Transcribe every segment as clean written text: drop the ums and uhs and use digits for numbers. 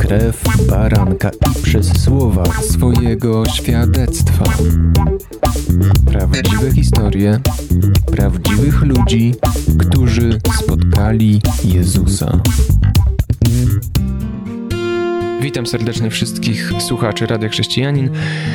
krew baranka i przez słowa swojego świadectwa. Prawdziwe historie prawdziwych ludzi, którzy spotkali Jezusa. Witam serdecznie wszystkich słuchaczy Radia Chrześcijanin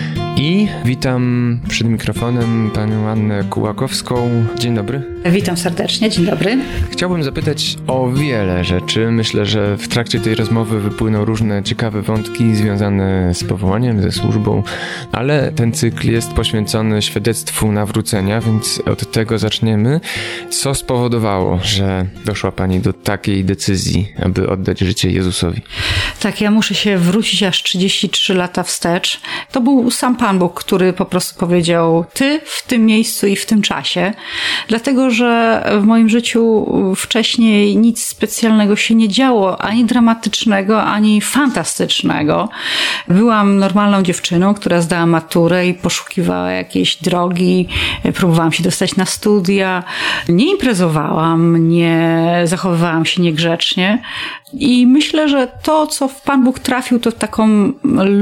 i witam przed mikrofonem panią Annę Kułakowską. Dzień dobry. Witam serdecznie, dzień dobry. Chciałbym zapytać o wiele rzeczy. Myślę, że w trakcie tej rozmowy wypłyną różne ciekawe wątki związane z powołaniem, ze służbą, ale ten cykl jest poświęcony świadectwu nawrócenia, więc od tego zaczniemy. Co spowodowało, że doszła pani do takiej decyzji, aby oddać życie Jezusowi? Tak, ja muszę się wrócić aż 33 lata wstecz. To był sam Pan Bóg, który po prostu powiedział: ty w tym miejscu i w tym czasie. Dlatego, że w moim życiu wcześniej nic specjalnego się nie działo, ani dramatycznego, ani fantastycznego. Byłam normalną dziewczyną, która zdała maturę i poszukiwała jakiejś drogi. Próbowałam się dostać na studia. Nie imprezowałam, nie zachowywałam się niegrzecznie. I myślę, że to, co w Pan Bóg trafił, to taką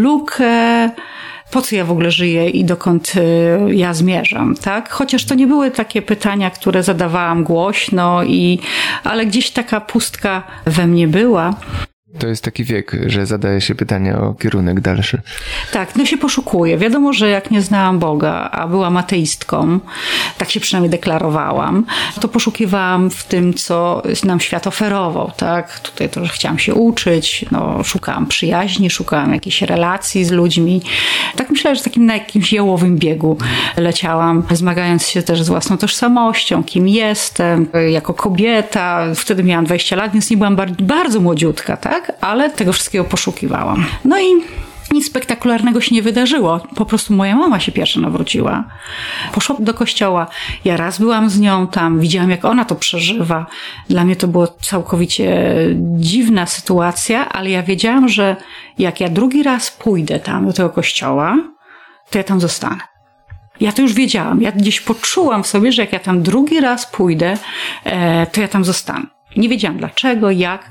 lukę, po co ja w ogóle żyję i dokąd ja zmierzam, tak? Chociaż to nie były takie pytania, które zadawałam głośno, ale gdzieś taka pustka we mnie była. To jest taki wiek, że zadaje się pytania o kierunek dalszy. Tak, no się poszukuje. Wiadomo, że jak nie znałam Boga, a byłam ateistką, tak się przynajmniej deklarowałam, to poszukiwałam w tym, co nam świat oferował, tak? Tutaj to, że chciałam się uczyć, szukałam przyjaźni, szukałam jakichś relacji z ludźmi. Tak myślałam, że takim na jakimś jałowym biegu leciałam, zmagając się też z własną tożsamością, kim jestem, jako kobieta. Wtedy miałam 20 lat, więc nie byłam bardzo młodziutka, tak? Ale tego wszystkiego poszukiwałam. No i nic spektakularnego się nie wydarzyło. Po prostu moja mama się pierwsza nawróciła. Poszła do kościoła. Ja raz byłam z nią tam, widziałam, jak ona to przeżywa. Dla mnie to była całkowicie dziwna sytuacja, ale ja wiedziałam, że jak ja drugi raz pójdę tam do tego kościoła, to ja tam zostanę. Ja to już wiedziałam. Ja gdzieś poczułam w sobie, że jak ja tam drugi raz pójdę, to ja tam zostanę. Nie wiedziałam dlaczego, jak.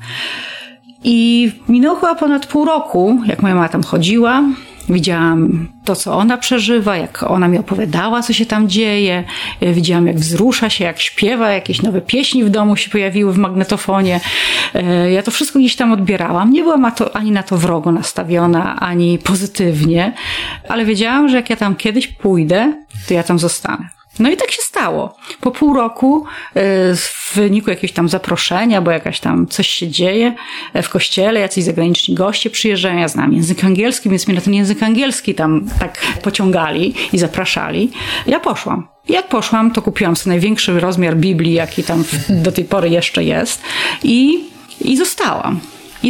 I minęło chyba ponad pół roku, jak moja mama tam chodziła. Widziałam to, co ona przeżywa, jak ona mi opowiadała, co się tam dzieje. Widziałam, jak wzrusza się, jak śpiewa, jakieś nowe pieśni w domu się pojawiły w magnetofonie. Ja to wszystko gdzieś tam odbierałam. Nie byłam ani na to wrogo nastawiona, ani pozytywnie, ale wiedziałam, że jak ja tam kiedyś pójdę, to ja tam zostanę. No i tak się stało. Po pół roku w wyniku jakiegoś tam zaproszenia, bo jakaś tam coś się dzieje w kościele, jacyś zagraniczni goście przyjeżdżają, ja znam język angielski, więc mnie na ten język angielski tam tak pociągali i zapraszali. Ja poszłam. Jak poszłam, to kupiłam sobie największy rozmiar Biblii, jaki tam do tej pory jeszcze jest i zostałam.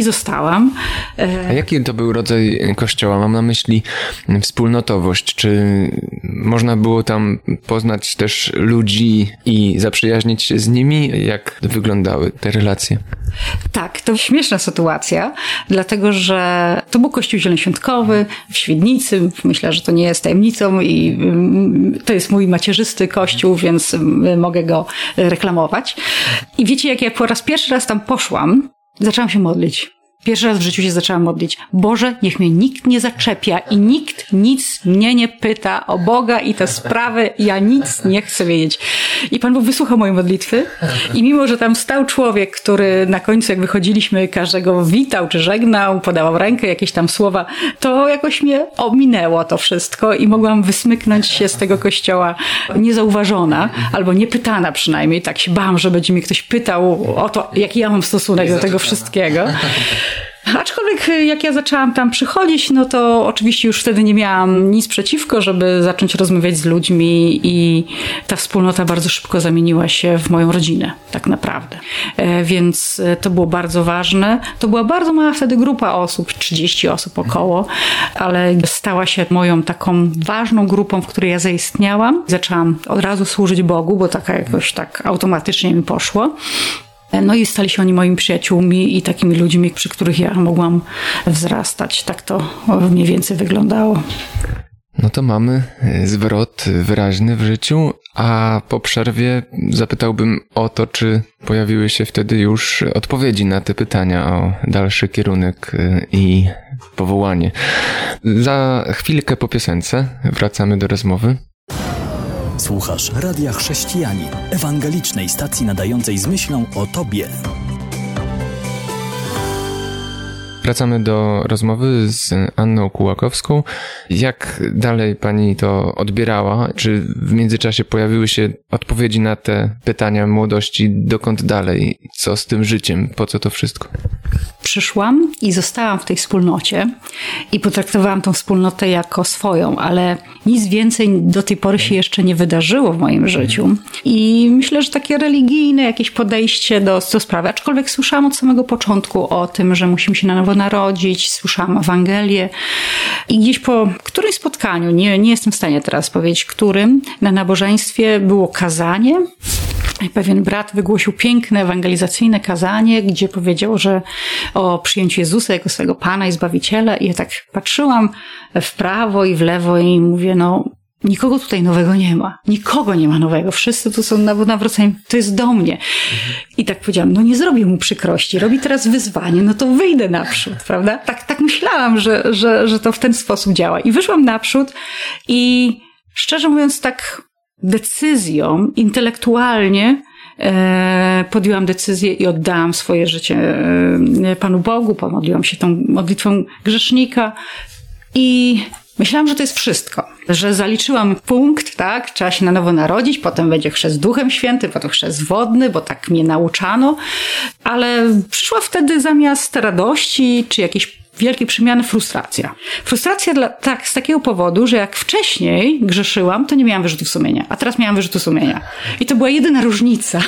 A jaki to był rodzaj kościoła? Mam na myśli wspólnotowość. Czy można było tam poznać też ludzi i zaprzyjaźnić się z nimi? Jak wyglądały te relacje? Tak, to śmieszna sytuacja, dlatego że to był kościół zielonoświątkowy w Świdnicy. Myślę, że to nie jest tajemnicą i to jest mój macierzysty kościół, więc mogę go reklamować. I wiecie, jak ja po raz pierwszy raz tam poszłam, zaczęłam się modlić. Pierwszy raz w życiu się zaczęłam modlić. Boże, niech mnie nikt nie zaczepia i nikt nic mnie nie pyta o Boga i te sprawy. Ja nic nie chcę wiedzieć. I Pan Bóg wysłuchał mojej modlitwy i mimo, że tam stał człowiek, który na końcu, jak wychodziliśmy, każdego witał czy żegnał, podawał rękę, jakieś tam słowa, to jakoś mnie ominęło to wszystko i mogłam wysmyknąć się z tego kościoła niezauważona albo niepytana przynajmniej. Tak się bałam, że będzie mi ktoś pytał o to, jaki ja mam stosunek do tego wszystkiego. Aczkolwiek jak ja zaczęłam tam przychodzić, no to oczywiście już wtedy nie miałam nic przeciwko, żeby zacząć rozmawiać z ludźmi i ta wspólnota bardzo szybko zamieniła się w moją rodzinę, tak naprawdę. Więc to było bardzo ważne. To była bardzo mała wtedy grupa osób, 30 osób około, ale stała się moją taką ważną grupą, w której ja zaistniałam. Zaczęłam od razu służyć Bogu, bo taka jakoś tak automatycznie mi poszło. No i stali się oni moimi przyjaciółmi i takimi ludźmi, przy których ja mogłam wzrastać. Tak to mniej więcej wyglądało. No to mamy zwrot wyraźny w życiu, a po przerwie zapytałbym o to, czy pojawiły się wtedy już odpowiedzi na te pytania o dalszy kierunek i powołanie. Za chwilkę po piosence wracamy do rozmowy. Słuchasz Radia Chrześcijanin, ewangelicznej stacji nadającej z myślą o Tobie. Wracamy do rozmowy z Anną Kułakowską. Jak dalej pani to odbierała? Czy w międzyczasie pojawiły się odpowiedzi na te pytania młodości? Dokąd dalej? Co z tym życiem? Po co to wszystko? Przyszłam i zostałam w tej wspólnocie i potraktowałam tą wspólnotę jako swoją, ale nic więcej do tej pory się jeszcze nie wydarzyło w moim życiu. I myślę, że takie religijne jakieś podejście do sprawy, aczkolwiek słyszałam od samego początku o tym, że musimy się na nowo narodzić, słyszałam Ewangelię i gdzieś po którymś spotkaniu, nie jestem w stanie teraz powiedzieć, którym, na nabożeństwie było kazanie. Pewien brat wygłosił piękne ewangelizacyjne kazanie, gdzie powiedział, że o przyjęciu Jezusa jako swojego Pana i Zbawiciela. I ja tak patrzyłam w prawo i w lewo i mówię, nikogo tutaj nowego nie ma. Nikogo nie ma nowego. Wszyscy tu są nawróceni. To jest do mnie. I tak powiedziałam, nie zrobię mu przykrości. Robi teraz wyzwanie, to wyjdę naprzód, prawda? Tak myślałam, że to w ten sposób działa. I wyszłam naprzód i szczerze mówiąc tak decyzją, intelektualnie podjęłam decyzję i oddałam swoje życie Panu Bogu, pomodliłam się tą modlitwą grzesznika i myślałam, że to jest wszystko, że zaliczyłam punkt, tak, trzeba się na nowo narodzić, potem będzie chrzest Duchem Świętym, potem chrzest wodny, bo tak mnie nauczano, ale przyszła wtedy zamiast radości czy jakiejś wielkiej przemiany frustracja. Frustracja z takiego powodu, że jak wcześniej grzeszyłam, to nie miałam wyrzutów sumienia, a teraz miałam wyrzuty sumienia. I to była jedyna różnica,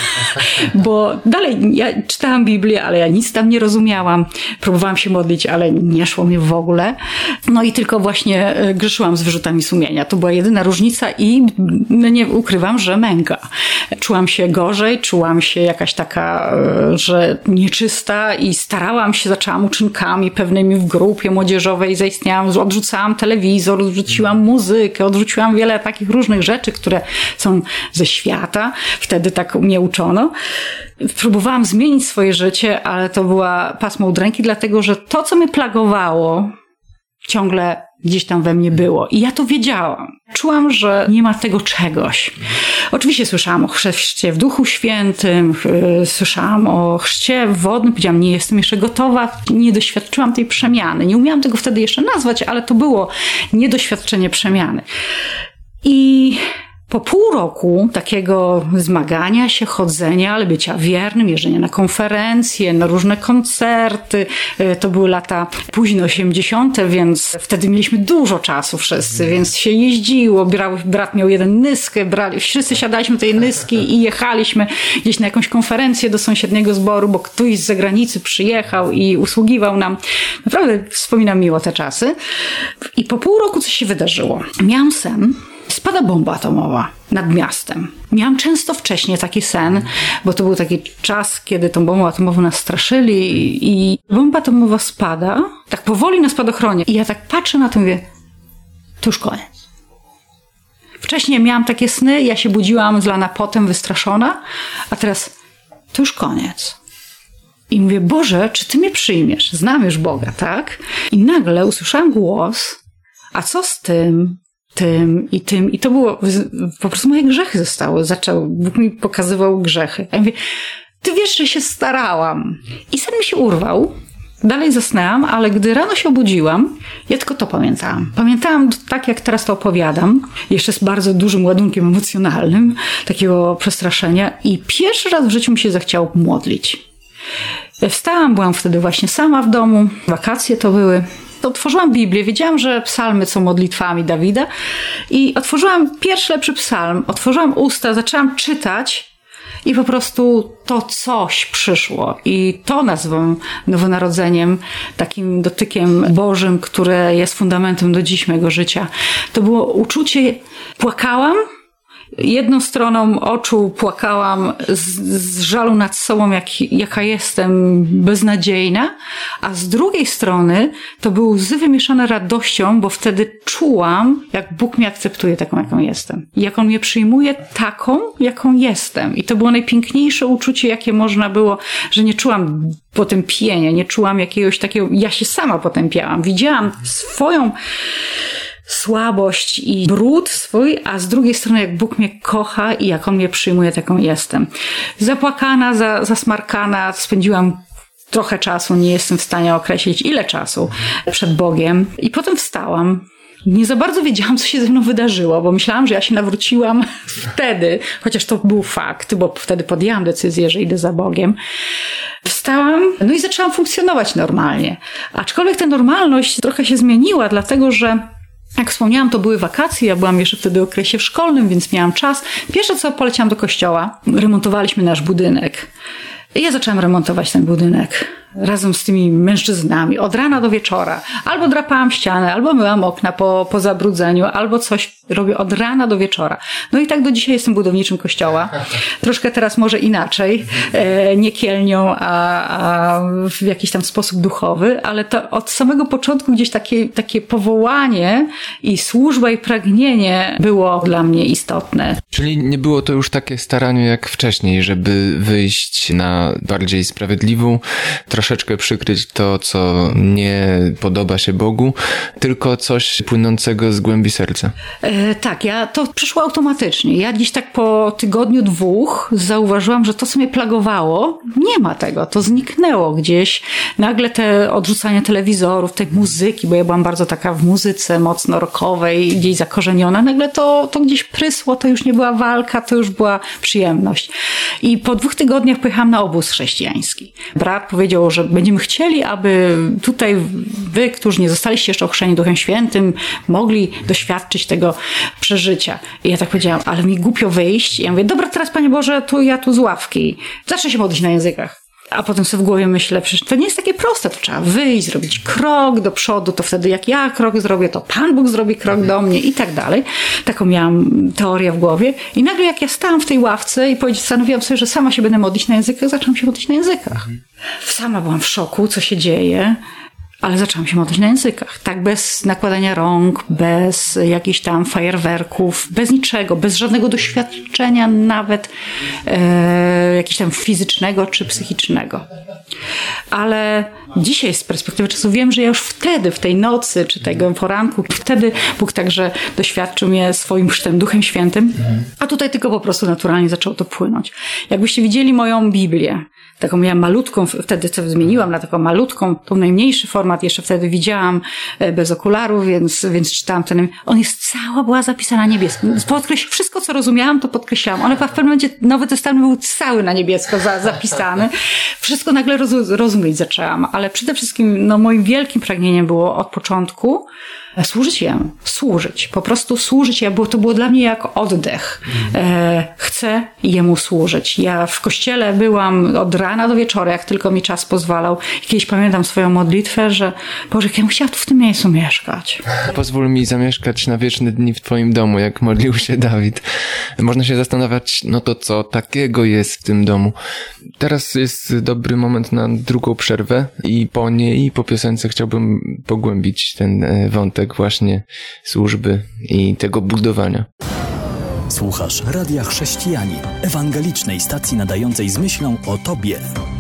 bo dalej ja czytałam Biblię, ale ja nic tam nie rozumiałam. Próbowałam się modlić, ale nie szło mi w ogóle. I tylko właśnie grzeszyłam z wyrzutami sumienia. To była jedyna różnica i nie ukrywam, że męka. Czułam się gorzej, czułam się jakaś taka, że nieczysta i starałam się, zaczęłam uczynkami pewnymi w grupie młodzieżowej zaistniałam, odrzucałam telewizor, odrzuciłam muzykę, odrzuciłam wiele takich różnych rzeczy, które są ze świata. Wtedy tak mnie uczono. Próbowałam zmienić swoje życie, ale to była pasmo udręki, dlatego że to, co mnie plagowało, ciągle gdzieś tam we mnie było. I ja to wiedziałam. Czułam, że nie ma tego czegoś. Oczywiście słyszałam o chrzcie w Duchu Świętym, słyszałam o chrzcie wodnym, powiedziałam, nie jestem jeszcze gotowa, nie doświadczyłam tej przemiany. Nie umiałam tego wtedy jeszcze nazwać, ale to było niedoświadczenie przemiany. I po pół roku takiego zmagania się, chodzenia, ale bycia wiernym, jeżdżenia na konferencje, na różne koncerty. To były lata późno 80., więc wtedy mieliśmy dużo czasu wszyscy, więc się jeździło. Brat miał jeden nyskę, wszyscy siadaliśmy tej nyski i jechaliśmy gdzieś na jakąś konferencję do sąsiedniego zboru, bo ktoś z zagranicy przyjechał i usługiwał nam. Naprawdę wspominam miło te czasy. I po pół roku coś się wydarzyło. Miałam sen. Spada bomba atomowa nad miastem. Miałam często wcześniej taki sen, bo to był taki czas, kiedy tą bombą atomową nas straszyli i bomba atomowa spada, tak powoli na spadochronie. I ja tak patrzę na to i mówię, to już koniec. Wcześniej miałam takie sny, ja się budziłam zlana potem, wystraszona, a teraz to już koniec. I mówię, Boże, czy Ty mnie przyjmiesz? Znam już Boga, tak? I nagle usłyszałam głos, a co z tym i tym. I to było, po prostu moje grzechy zostały. Bóg mi pokazywał grzechy. A ja mówię, Ty wiesz, że się starałam. I sen mi się urwał. Dalej zasnęłam, ale gdy rano się obudziłam, ja tylko to pamiętałam. Pamiętałam tak, jak teraz to opowiadam. Jeszcze z bardzo dużym ładunkiem emocjonalnym, takiego przestraszenia. I pierwszy raz w życiu mi się zachciało modlić. Wstałam, byłam wtedy właśnie sama w domu. Wakacje to były. Otworzyłam Biblię, wiedziałam, że psalmy są modlitwami Dawida i otworzyłam pierwszy lepszy psalm, otworzyłam usta, zaczęłam czytać i po prostu to coś przyszło. I to nazywam nowonarodzeniem, takim dotykiem Bożym, które jest fundamentem do dziś mojego życia. To było uczucie, płakałam jedną stroną oczu płakałam z żalu nad sobą, jaka jestem beznadziejna, a z drugiej strony to były łzy wymieszane radością, bo wtedy czułam, jak Bóg mnie akceptuje taką, jaką jestem. I jak On mnie przyjmuje taką, jaką jestem. I to było najpiękniejsze uczucie, jakie można było, że nie czułam potępienia, nie czułam jakiegoś takiego, ja się sama potępiałam. Widziałam swoją słabość i brud swój, a z drugiej strony jak Bóg mnie kocha i jak On mnie przyjmuje, taką jestem. Zapłakana, zasmarkana, spędziłam trochę czasu, nie jestem w stanie określić ile czasu przed Bogiem. I potem wstałam. Nie za bardzo wiedziałam, co się ze mną wydarzyło, bo myślałam, że ja się nawróciłam wtedy, chociaż to był fakt, bo wtedy podjęłam decyzję, że idę za Bogiem. Wstałam, no i zaczęłam funkcjonować normalnie. Aczkolwiek ta normalność trochę się zmieniła, dlatego że jak wspomniałam, to były wakacje, ja byłam jeszcze wtedy w okresie szkolnym, więc miałam czas. Pierwsze co, poleciałam do kościoła, remontowaliśmy nasz budynek. I ja zaczęłam remontować ten budynek razem z tymi mężczyznami od rana do wieczora. Albo drapałam ścianę, albo myłam okna po zabrudzeniu, albo coś robię od rana do wieczora. No i tak do dzisiaj jestem budowniczym kościoła. Troszkę teraz może inaczej, nie kielnią, a w jakiś tam sposób duchowy, ale to od samego początku gdzieś takie powołanie i służba i pragnienie było dla mnie istotne. Czyli nie było to już takie staranie jak wcześniej, żeby wyjść na bardziej sprawiedliwą, troszeczkę przykryć to, co nie podoba się Bogu, tylko coś płynącego z głębi serca. Tak, to przyszło automatycznie. Ja gdzieś tak po tygodniu, 2 zauważyłam, że to, co mnie plagowało, nie ma tego. To zniknęło gdzieś. Nagle te odrzucania telewizorów, tej muzyki, bo ja byłam bardzo taka w muzyce mocno rockowej, gdzieś zakorzeniona. Nagle to gdzieś prysło, to już nie była walka, to już była przyjemność. I po 2 tygodniach pojechałam na obóz chrześcijański. Brat powiedział, że będziemy chcieli, aby tutaj wy, którzy nie zostaliście jeszcze ochrzczeni Duchem Świętym, mogli doświadczyć tego przeżycia. I ja tak powiedziałam, ale mi głupio wyjść. I ja mówię, dobra, teraz Panie Boże, ja tu z ławki. Zacznę się modlić na językach. A potem sobie w głowie myślę, przecież to nie jest takie proste, to trzeba wyjść, zrobić krok do przodu, to wtedy jak ja krok zrobię, to Pan Bóg zrobi krok do mnie i tak dalej. Taką miałam teorię w głowie. I nagle jak ja stałam w tej ławce i postanowiłam sobie, że sama się będę modlić na językach, zaczęłam się modlić na językach. Sama byłam w szoku, co się dzieje. Ale zaczęłam się modlić na językach. Tak bez nakładania rąk, bez jakichś tam fajerwerków, bez niczego, bez żadnego doświadczenia nawet jakiegoś tam fizycznego czy psychicznego. Ale dzisiaj z perspektywy czasu wiem, że ja już wtedy, w tej nocy czy tego poranku, wtedy Bóg także doświadczył mnie swoim chrztem Duchem Świętym, a tutaj tylko po prostu naturalnie zaczęło to płynąć. Jakbyście widzieli moją Biblię, taką miałam malutką, wtedy co zmieniłam na taką malutką, tą najmniejszy format, jeszcze wtedy widziałam bez okularów, więc czytałam ten. Cała była zapisana niebiesko. Wszystko, co rozumiałam, to podkreślałam. Ona w pewnym momencie, Nowy Testament był cały na niebiesko zapisany. Wszystko nagle rozumieć zaczęłam, ale przede wszystkim moim wielkim pragnieniem było od początku służyć Jemu. Służyć. Po prostu służyć. To było dla mnie jak oddech. Chcę Jemu służyć. Ja w kościele byłam od rana do wieczora, jak tylko mi czas pozwalał. I kiedyś pamiętam swoją modlitwę, że Boże, ja bym chciała tu w tym miejscu mieszkać. Pozwól mi zamieszkać na wieczne dni w Twoim domu, jak modlił się Dawid. Można się zastanawiać, to co takiego jest w tym domu. Teraz jest dobry moment na drugą przerwę i po niej, i po piosence chciałbym pogłębić ten wątek właśnie służby i tego budowania. Słuchasz Radia Chrześcijanin, ewangelicznej stacji nadającej z myślą o Tobie.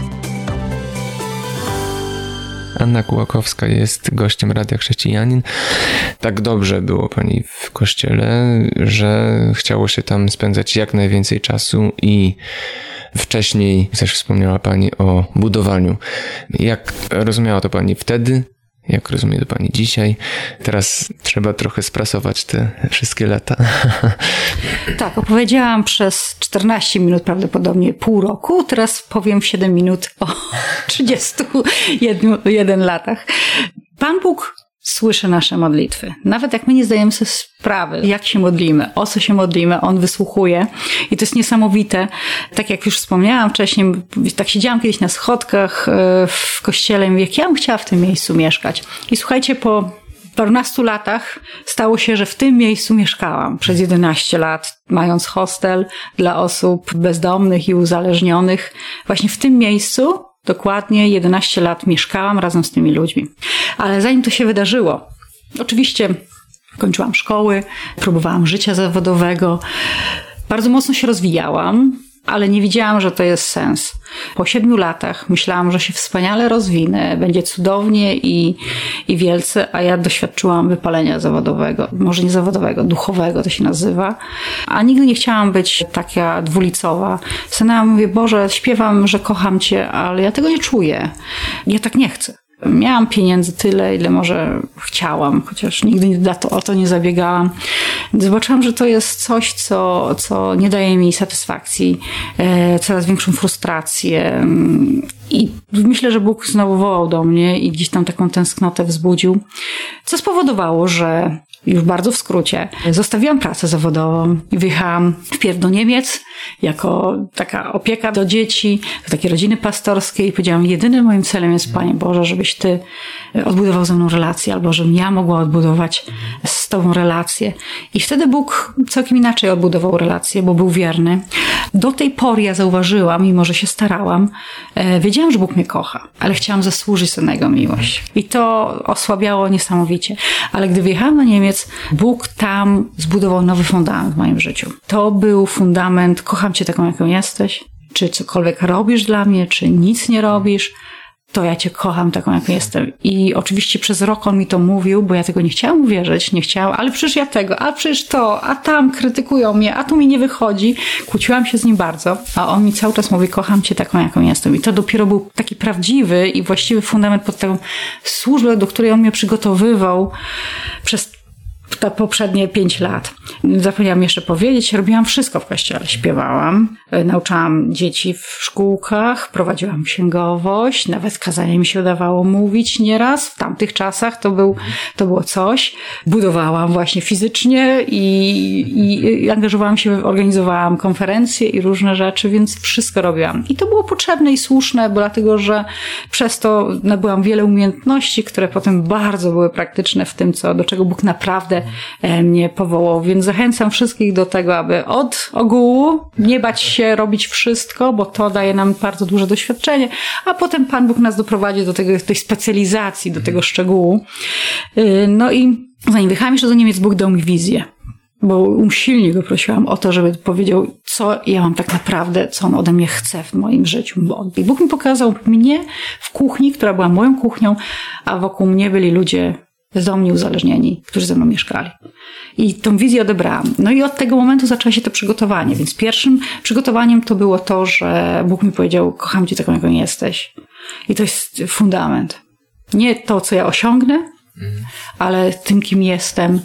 Anna Kułakowska jest gościem Radia Chrześcijanin. Tak dobrze było Pani w kościele, że chciało się tam spędzać jak najwięcej czasu i wcześniej też wspomniała Pani o budowaniu. Jak rozumiała to Pani wtedy? Jak rozumie to Pani dzisiaj? Teraz trzeba trochę sprasować te wszystkie lata. Tak, opowiedziałam przez 14 minut, prawdopodobnie pół roku. Teraz powiem 7 minut o 31 latach. Pan Bóg słyszy nasze modlitwy. Nawet jak my nie zdajemy sobie sprawy, jak się modlimy, o co się modlimy, On wysłuchuje. I to jest niesamowite. Tak jak już wspomniałam wcześniej, tak siedziałam kiedyś na schodkach w kościele i mówię, jak ja bym chciała w tym miejscu mieszkać. I słuchajcie, po parunastu latach stało się, że w tym miejscu mieszkałam przez 11 lat, mając hostel dla osób bezdomnych i uzależnionych. Właśnie w tym miejscu dokładnie 11 lat mieszkałam razem z tymi ludźmi. Ale zanim to się wydarzyło, oczywiście kończyłam szkoły, próbowałam życia zawodowego, bardzo mocno się rozwijałam, ale nie widziałam, że to jest sens. Po 7 latach myślałam, że się wspaniale rozwinę, będzie cudownie i wielce, a ja doświadczyłam wypalenia zawodowego, może nie zawodowego, duchowego to się nazywa, a nigdy nie chciałam być taka dwulicowa. Stanęłam, mówię, Boże, śpiewam, że kocham Cię, ale ja tego nie czuję. Ja tak nie chcę. Miałam pieniędzy tyle, ile może chciałam, chociaż nigdy o to nie zabiegałam. Zobaczyłam, że to jest coś, co nie daje mi satysfakcji, coraz większą frustrację. I myślę, że Bóg znowu wołał do mnie i gdzieś tam taką tęsknotę wzbudził, co spowodowało, że już bardzo w skrócie, zostawiłam pracę zawodową i wyjechałam wpierw do Niemiec jako taka opieka do dzieci, do takiej rodziny pastorskie i powiedziałam, jedynym moim celem jest, Panie Boże, żebyś Ty odbudował ze mną relację, albo żebym ja mogła odbudować z Tobą relację. I wtedy Bóg całkiem inaczej odbudował relację, bo był wierny. Do tej pory ja zauważyłam, mimo że się starałam, wiedziałam, że Bóg mnie kocha, ale chciałam zasłużyć na Jego miłość. I to osłabiało niesamowicie. Ale gdy wyjechałam na Niemiec, Bóg tam zbudował nowy fundament w moim życiu. To był fundament, kocham Cię taką, jaką jesteś, czy cokolwiek robisz dla mnie, czy nic nie robisz, to ja Cię kocham taką, jaką jestem. I oczywiście przez rok on mi to mówił, bo ja tego nie chciałam uwierzyć, ale przecież ja tego, a przecież to, a tam krytykują mnie, a tu mi nie wychodzi. Kłóciłam się z nim bardzo, a on mi cały czas mówi, kocham Cię taką, jaką jestem. I to dopiero był taki prawdziwy i właściwy fundament pod taką służbę, do której on mnie przygotowywał przez te poprzednie 5 lat. Zapomniałam jeszcze powiedzieć, robiłam wszystko w kościele. Śpiewałam, nauczałam dzieci w szkółkach, prowadziłam księgowość, nawet kazanie mi się udawało mówić nieraz. W tamtych czasach to było coś. Budowałam właśnie fizycznie i angażowałam się, organizowałam konferencje i różne rzeczy, więc wszystko robiłam. I to było potrzebne i słuszne, bo dlatego, że przez to nabyłam wiele umiejętności, które potem bardzo były praktyczne w tym, do czego Bóg naprawdę mnie powołał. Więc zachęcam wszystkich do tego, aby od ogółu nie bać się robić wszystko, bo to daje nam bardzo duże doświadczenie, a potem Pan Bóg nas doprowadzi do tej specjalizacji, do tego szczegółu. No i zanim wyjechałam jeszcze do Niemiec, Bóg dał mi wizję, bo usilnie go prosiłam o to, żeby powiedział, co ja mam tak naprawdę, co on ode mnie chce w moim życiu. I Bóg mi pokazał mnie w kuchni, która była moją kuchnią, a wokół mnie byli ludzie bezdomni, uzależnieni, którzy ze mną mieszkali. I tą wizję odebrałam. No i od tego momentu zaczęło się to przygotowanie. Więc pierwszym przygotowaniem to było to, że Bóg mi powiedział, kocham Cię taką, jaką jesteś. I to jest fundament. Nie to, co ja osiągnę, ale tym, kim jestem.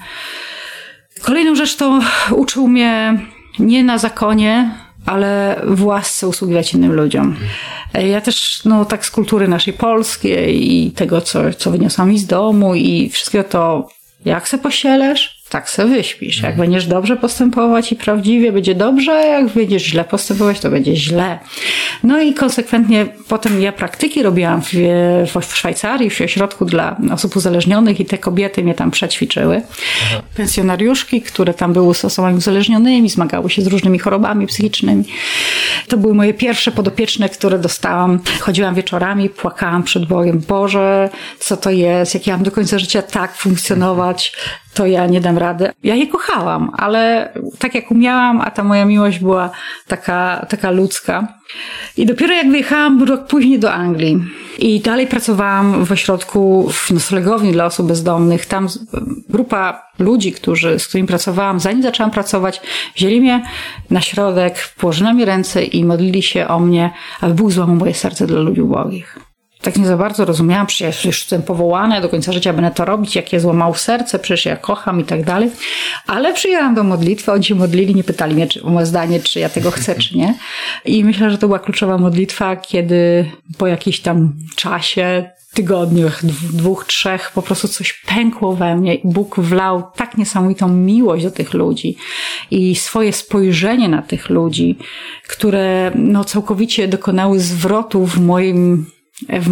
Kolejną rzecz to uczył mnie nie na zakonie, ale w łasce usługiwać innym ludziom. Ja też, tak z kultury naszej polskiej i tego, co wyniosłam mi z domu i wszystkiego to, jak se posielesz, tak se wyśpisz. Jak będziesz dobrze postępować i prawdziwie, będzie dobrze, a jak będziesz źle postępować, to będzie źle. No i konsekwentnie potem ja praktyki robiłam w Szwajcarii, w ośrodku dla osób uzależnionych i te kobiety mnie tam przećwiczyły. Pensjonariuszki, które tam były z osobami uzależnionymi, zmagały się z różnymi chorobami psychicznymi. To były moje pierwsze podopieczne, które dostałam. Chodziłam wieczorami, płakałam przed Bogiem. Boże, co to jest? Jak ja mam do końca życia tak funkcjonować, to ja nie dam rady. Ja je kochałam, ale tak jak umiałam, a ta moja miłość była taka ludzka. I dopiero jak wyjechałam rok później do Anglii i dalej pracowałam w ośrodku w noclegowni dla osób bezdomnych, tam grupa ludzi, z którymi pracowałam, zanim zaczęłam pracować, wzięli mnie na środek, położyli na mnie ręce i modlili się o mnie, aby Bóg złamał moje serce dla ludzi ubogich. Tak nie za bardzo rozumiałam, przecież już jestem powołana, do końca życia będę to robić, jak je złamał serce, przecież ja kocham i tak dalej. Ale przyjęłam do modlitwy, oni się modlili, nie pytali mnie o moje zdanie, czy ja tego chcę, czy nie. I myślę, że to była kluczowa modlitwa, kiedy po jakimś tam czasie, tygodniach, 2, 3, po prostu coś pękło we mnie i Bóg wlał tak niesamowitą miłość do tych ludzi i swoje spojrzenie na tych ludzi, które całkowicie dokonały zwrotu w moim w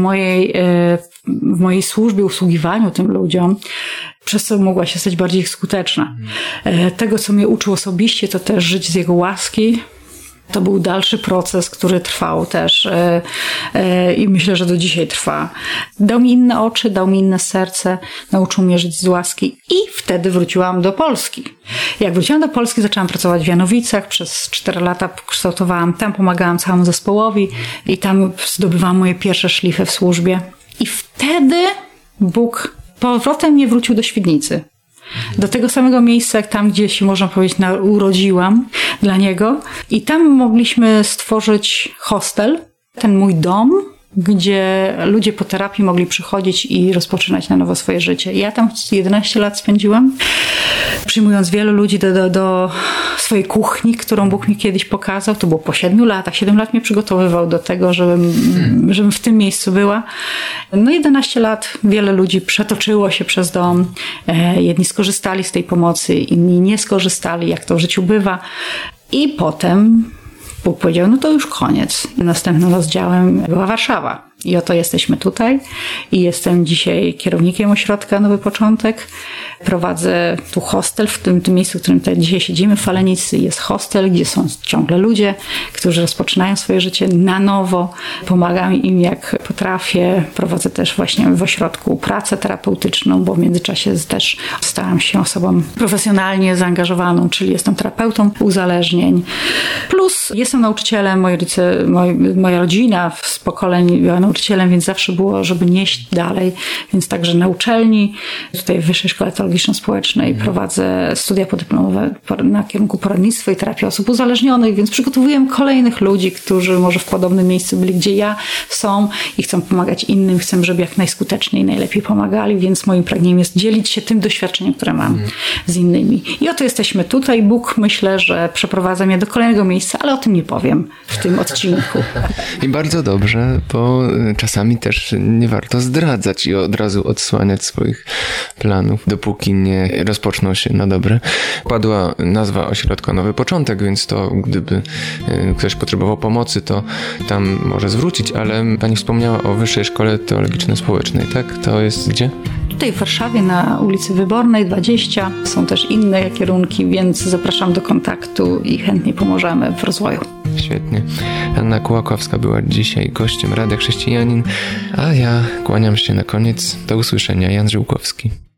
mojej służbie, usługiwaniu tym ludziom, przez co mogła się stać bardziej skuteczna. Tego, co mnie uczył osobiście, to też żyć z Jego łaski. To był dalszy proces, który trwał też i myślę, że do dzisiaj trwa. Dał mi inne oczy, dał mi inne serce, nauczył mnie żyć z łaski i wtedy wróciłam do Polski. Jak wróciłam do Polski, zaczęłam pracować w Janowicach, przez 4 lata kształtowałam tam, pomagałam całemu zespołowi i tam zdobywałam moje pierwsze szlify w służbie. I wtedy Bóg powrotem mnie wrócił do Świdnicy. Do tego samego miejsca, jak tam, gdzie się, można powiedzieć, urodziłam dla Niego. I tam mogliśmy stworzyć hostel, ten mój dom, gdzie ludzie po terapii mogli przychodzić i rozpoczynać na nowo swoje życie. Ja tam 11 lat spędziłam, przyjmując wielu ludzi do swojej kuchni, którą Bóg mi kiedyś pokazał. To było po 7 latach. 7 lat mnie przygotowywał do tego, żebym w tym miejscu była. 11 lat wiele ludzi przetoczyło się przez dom. Jedni skorzystali z tej pomocy, inni nie skorzystali, jak to w życiu bywa. I potem Bóg powiedział, to już koniec. Następnym rozdziałem była Warszawa. I oto jesteśmy tutaj i jestem dzisiaj kierownikiem ośrodka Nowy Początek. Prowadzę tu hostel w tym miejscu, w którym tutaj dzisiaj siedzimy w Falenicy. Jest hostel, gdzie są ciągle ludzie, którzy rozpoczynają swoje życie na nowo. Pomagam im jak potrafię. Prowadzę też właśnie w ośrodku pracę terapeutyczną, bo w międzyczasie też stałam się osobą profesjonalnie zaangażowaną, czyli jestem terapeutą uzależnień. Plus jestem nauczycielem, moja rodzina z pokoleń była nauczycielem, więc zawsze było, żeby nieść dalej. Więc także na uczelni, tutaj w Wyższej Szkole Teologiczno-Społecznej prowadzę studia podyplomowe na kierunku poradnictwa i terapii osób uzależnionych, więc przygotowuję kolejnych ludzi, którzy może w podobnym miejscu byli, gdzie ja są i chcą pomagać innym. Chcę, żeby jak najskuteczniej, najlepiej pomagali, więc moim pragnieniem jest dzielić się tym doświadczeniem, które mam z innymi. I oto jesteśmy tutaj. Bóg, myślę, że przeprowadza mnie do kolejnego miejsca, ale o tym nie powiem w tym odcinku. I bardzo dobrze, bo czasami też nie warto zdradzać i od razu odsłaniać swoich planów, dopóki nie rozpoczną się na dobre. Padła nazwa ośrodka Nowy Początek, więc to gdyby ktoś potrzebował pomocy, to tam może zwrócić, ale pani wspomniała o Wyższej Szkole Teologiczno-Społecznej, tak? To jest gdzie? Tutaj w Warszawie na ulicy Wybornej 20. Są też inne kierunki, więc zapraszam do kontaktu i chętnie pomożemy w rozwoju. Świetnie. Anna Kułakowska była dzisiaj gościem Radia Chrześcijanin, a ja kłaniam się na koniec. Do usłyszenia. Jan Żyłkowski.